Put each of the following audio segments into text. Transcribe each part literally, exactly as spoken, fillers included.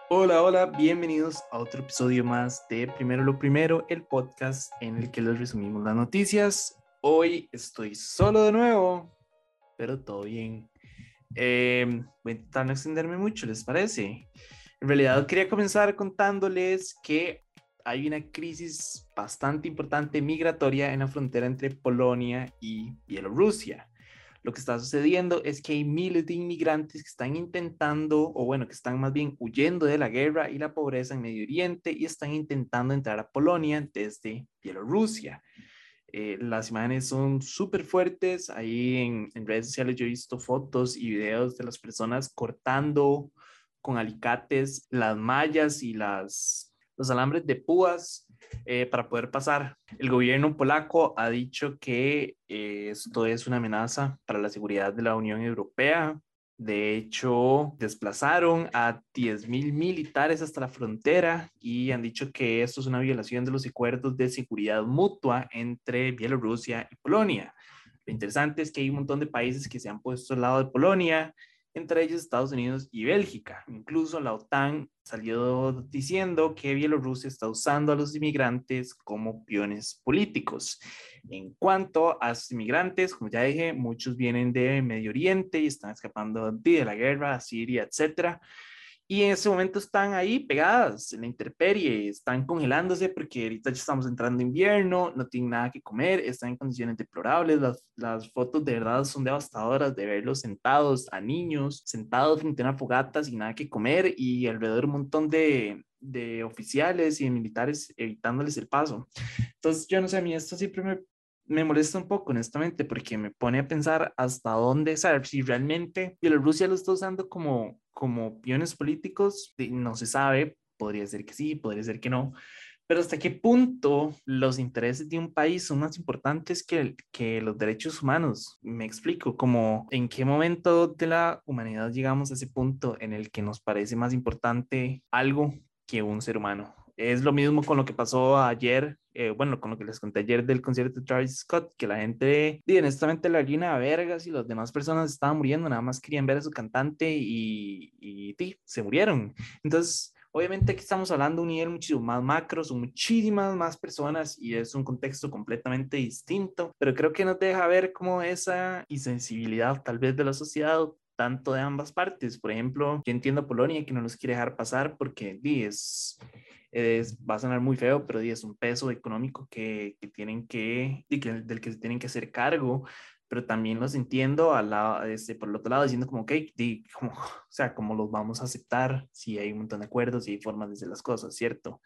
Hola, hola, bienvenidos a otro episodio más de Primero lo Primero, el podcast en el que les resumimos las noticias. Hoy estoy solo de nuevo, pero todo bien. Eh, voy a intentar no extenderme mucho, ¿les parece? En realidad quería comenzar contándoles que hay una crisis bastante importante migratoria en la frontera entre Polonia y Bielorrusia. Lo que está sucediendo es que hay miles de inmigrantes que están intentando, o bueno, que están más bien huyendo de la guerra y la pobreza en Medio Oriente y están intentando entrar a Polonia desde Bielorrusia. Eh, las imágenes son súper fuertes. Ahí en, en redes sociales yo he visto fotos y videos de las personas cortando con alicates las mallas y las, los alambres de púas eh, para poder pasar. El gobierno polaco ha dicho que eh, esto es una amenaza para la seguridad de la Unión Europea. De hecho, desplazaron a diez mil militares hasta la frontera y han dicho que esto es una violación de los acuerdos de seguridad mutua entre Bielorrusia y Polonia. Lo interesante es que hay un montón de países que se han puesto al lado de Polonia, entre ellos Estados Unidos y Bélgica. Incluso la OTAN salió diciendo que Bielorrusia está usando a los inmigrantes como peones políticos. En cuanto a los inmigrantes, como ya dije, muchos vienen de Medio Oriente y están escapando de la guerra, Siria, etcétera. Y en ese momento están ahí pegadas en la intemperie, están congelándose porque ahorita ya estamos entrando en invierno, no tienen nada que comer, están en condiciones deplorables. Las, las fotos de verdad son devastadoras de verlos sentados, a niños, sentados frente a una fogata sin nada que comer y alrededor un montón de, de oficiales y de militares evitándoles el paso. Entonces, yo no sé, a mí esto siempre me, me molesta un poco, honestamente, porque me pone a pensar hasta dónde, saber si realmente Bielorrusia lo está usando como, como peones políticos, no se sabe, podría ser que sí, podría ser que no, pero hasta qué punto los intereses de un país son más importantes que, que los derechos humanos. Me explico, como en qué momento de la humanidad llegamos a ese punto en el que nos parece más importante algo que un ser humano. Es lo mismo con lo que pasó ayer, eh, bueno, con lo que les conté ayer del concierto de Travis Scott, que la gente, y honestamente, la Lina Vergas y las demás personas estaban muriendo, nada más querían ver a su cantante y, y, y se murieron. Entonces, obviamente aquí estamos hablando de un nivel muchísimo más macro, son muchísimas más personas y es un contexto completamente distinto, pero creo que nos deja ver como esa insensibilidad tal vez de la sociedad tanto de ambas partes. Por ejemplo, yo entiendo a Polonia que no los quiere dejar pasar porque di, es, es, va a sonar muy feo, pero di, es un peso económico que, que tienen que, di, que, del que se tienen que hacer cargo, pero también los entiendo a la, este, por el otro lado diciendo como, ok, di, como, o sea, ¿cómo los vamos a aceptar si hay un montón de acuerdos y hay formas de hacer las cosas, ¿cierto?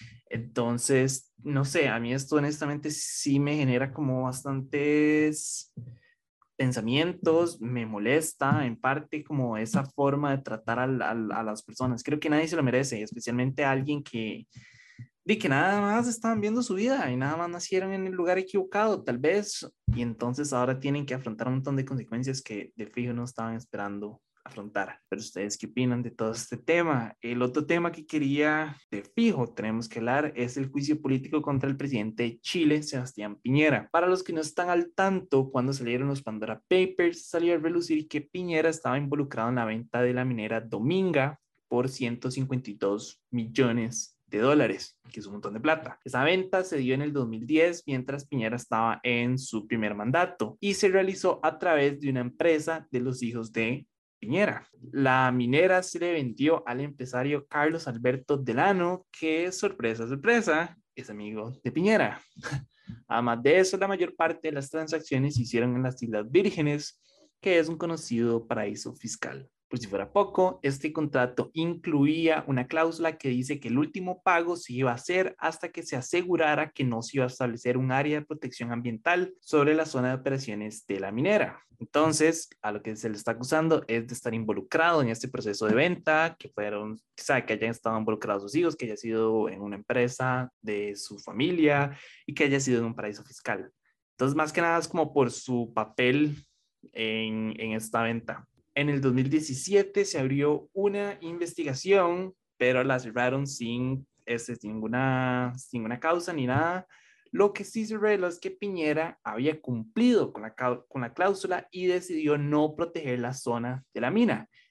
Entonces, no sé, a mí esto honestamente sí me genera como bastantes pensamientos, me molesta en parte como esa forma de tratar al, al, a las personas. Creo que nadie se lo merece, especialmente a alguien que, de que nada más estaban viendo su vida y nada más nacieron en el lugar equivocado, tal vez, y entonces ahora tienen que afrontar un montón de consecuencias que de fijo no estaban esperando afrontar. Pero ustedes, ¿qué opinan de todo este tema? El otro tema que quería de fijo tenemos que hablar es el juicio político contra el presidente de Chile, Sebastián Piñera. Para los que no están al tanto, cuando salieron los Pandora Papers, salió a relucir que Piñera estaba involucrado en la venta de la minera Dominga por ciento cincuenta y dos millones de dólares, que es un montón de plata. Esa venta se dio en el dos mil diez mientras Piñera estaba en su primer mandato y se realizó a través de una empresa de los hijos de Piñera. La minera se le vendió al empresario Carlos Alberto Delano, que sorpresa, sorpresa, es amigo de Piñera. Además de eso, la mayor parte de las transacciones se hicieron en las Islas Vírgenes, que es un conocido paraíso fiscal. Por si fuera poco, este contrato incluía una cláusula que dice que el último pago se iba a hacer hasta que se asegurara que no se iba a establecer un área de protección ambiental sobre la zona de operaciones de la minera. Entonces, a lo que se le está acusando es de estar involucrado en este proceso de venta, que fueron, o sea, que hayan estado involucrados sus hijos, que haya sido en una empresa de su familia y que haya sido en un paraíso fiscal. Entonces, más que nada es como por su papel en, en esta venta. En el dos mil diecisiete se abrió una investigación, pero la cerraron sin, este, sin, ninguna, sin ninguna causa ni nada. Lo que sí se reveló es que Piñera había cumplido con la, con la cláusula y decidió no proteger la zona de la mina.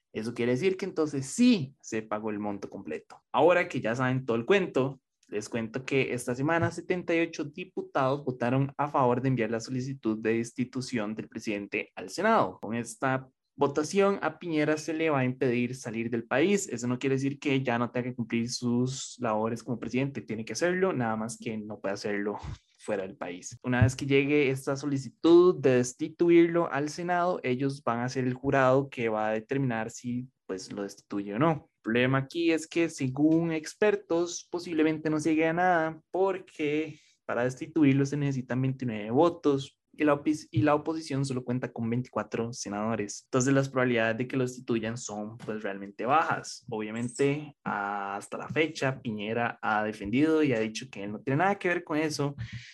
Eso quiere decir que entonces sí se pagó el monto completo. Ahora que ya saben todo el cuento, les cuento que esta semana setenta y ocho diputados votaron a favor de enviar la solicitud de destitución del presidente al Senado. Con esta votación a Piñera se le va a impedir salir del país. Eso no quiere decir que ya no tenga que cumplir sus labores como presidente, tiene que hacerlo, nada más que no puede hacerlo fuera del país. Una vez que llegue esta solicitud de destituirlo al Senado, ellos van a ser el jurado que va a determinar si pues lo destituye o no. El problema aquí es que según expertos posiblemente no se llegue a nada porque para destituirlo se necesitan veintinueve votos y la, y la oposición solo cuenta con veinticuatro senadores. Entonces las probabilidades de que lo destituyan son pues realmente bajas. Obviamente hasta la fecha Piñera ha defendido y ha dicho que él no tiene nada que ver con eso,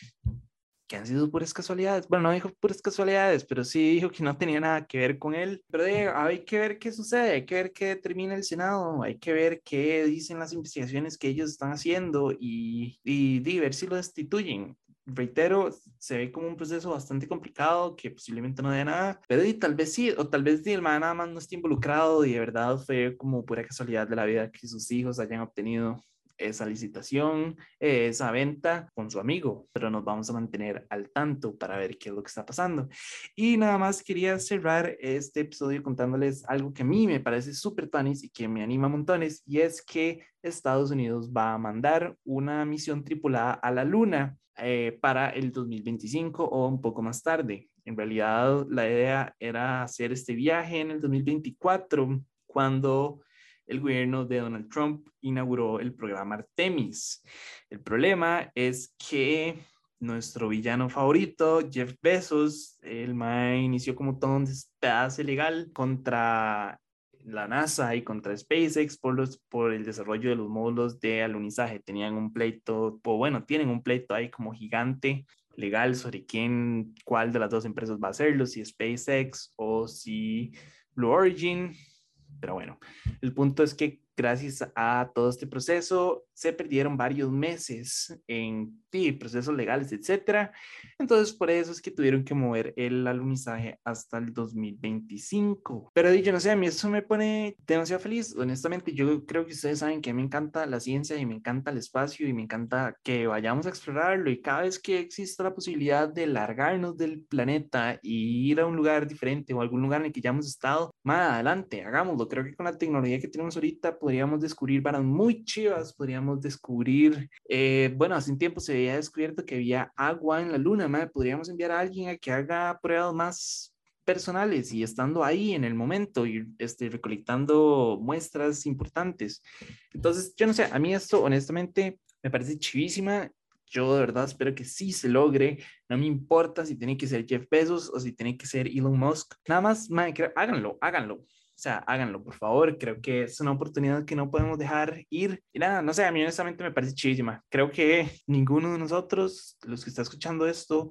que han sido puras casualidades. Bueno, no dijo puras casualidades, pero sí dijo que no tenía nada que ver con él. Pero de, hay que ver qué sucede, hay que ver qué determina el Senado, hay que ver qué dicen las investigaciones que ellos están haciendo y, y, y ver si lo destituyen. Reitero, se ve como un proceso bastante complicado que posiblemente no dé nada, pero y tal vez sí, o tal vez el man nada más no esté involucrado y de verdad fue como pura casualidad de la vida que sus hijos hayan obtenido esa licitación, esa venta con su amigo, pero nos vamos a mantener al tanto para ver qué es lo que está pasando. Y nada más quería cerrar este episodio contándoles algo que a mí me parece súper tuanis y que me anima montones, y es que Estados Unidos va a mandar una misión tripulada a la Luna eh, para el dos mil veinticinco o un poco más tarde. En realidad, la idea era hacer este viaje en el dos mil veinticuatro, cuando el gobierno de Donald Trump inauguró el programa Artemis. El problema es que nuestro villano favorito, Jeff Bezos, el mae inició como todo un despedace legal contra la NASA y contra SpaceX por, los, por el desarrollo de los módulos de alunizaje. Tenían un pleito, o bueno, tienen un pleito ahí como gigante legal sobre quién, cuál de las dos empresas va a hacerlo, si SpaceX o si Blue Origin. Pero bueno, el punto es que gracias a todo este proceso se perdieron varios meses en sí, procesos legales, etcétera. Entonces, por eso es que tuvieron que mover el alunizaje hasta el dos mil veinticinco. Pero yo no sé, a mí eso me pone demasiado feliz. Honestamente, yo creo que ustedes saben que me encanta la ciencia y me encanta el espacio y me encanta que vayamos a explorarlo. Y cada vez que exista la posibilidad de largarnos del planeta y ir a un lugar diferente o algún lugar en el que ya hemos estado, más adelante, hagámoslo. Creo que con la tecnología que tenemos ahorita podríamos descubrir varas muy chivas, podríamos descubrir, eh, bueno, hace un tiempo se había descubierto que había agua en la luna, ¿madre? Podríamos enviar a alguien a que haga pruebas más personales y estando ahí en el momento y este, recolectando muestras importantes. Entonces, yo no sé, a mí esto honestamente me parece chivísima. Yo de verdad espero que sí se logre. No me importa si tiene que ser Jeff Bezos o si tiene que ser Elon Musk. Nada más, man, háganlo, háganlo. O sea, háganlo, por favor. Creo que es una oportunidad que no podemos dejar ir. Y nada, no sé, a mí honestamente me parece chivísima. Creo que ninguno de nosotros, los que está escuchando esto,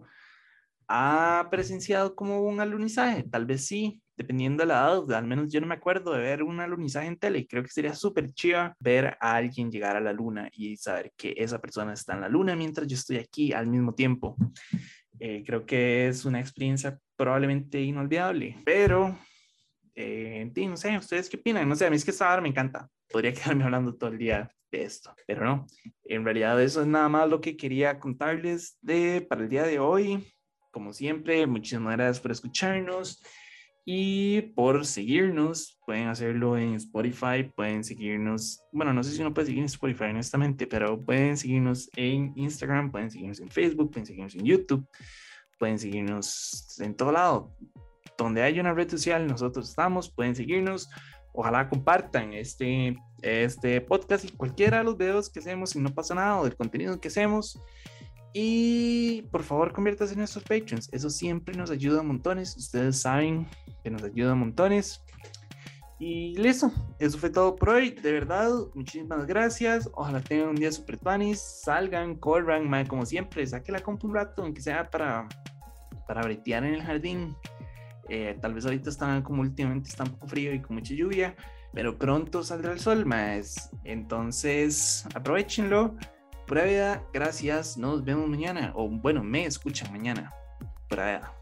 ha presenciado como un alunizaje. Tal vez sí, dependiendo de la edad. Al menos yo no me acuerdo de ver un alunizaje en tele. Creo que sería súper chiva ver a alguien llegar a la luna y saber que esa persona está en la luna mientras yo estoy aquí al mismo tiempo. Eh, creo que es una experiencia probablemente inolvidable, pero eh, no sé, ¿ustedes qué opinan? No sé, a mí es que esta hora me encanta. Podría quedarme hablando todo el día de esto, pero no. En realidad eso es nada más lo que quería contarles de, para el día de hoy. Como siempre, muchísimas gracias por escucharnos y por seguirnos. Pueden hacerlo en Spotify, pueden seguirnos, bueno, no sé si uno puede seguir en Spotify honestamente, pero pueden seguirnos en Instagram, pueden seguirnos en Facebook, pueden seguirnos en YouTube, pueden seguirnos en todo lado. Donde haya una red social, nosotros estamos, pueden seguirnos. Ojalá compartan este, este podcast y cualquiera de los videos que hacemos, y no pasa nada, o del contenido que hacemos. Y por favor, conviértanse en nuestros Patreons. Eso siempre nos ayuda a montones. Ustedes saben que nos ayuda a montones. Y listo, eso fue todo por hoy. De verdad, muchísimas gracias. Ojalá tengan un día super tuanis. Salgan, corran, man, como siempre. Saquen la compu un rato, aunque sea para, para bretear en el jardín. Eh, tal vez ahorita está como últimamente está un poco frío y con mucha lluvia, pero pronto saldrá el sol, más. Entonces, aprovechenlo. Pura vida, gracias. Nos vemos mañana. O bueno, me escuchan mañana. Pura vida.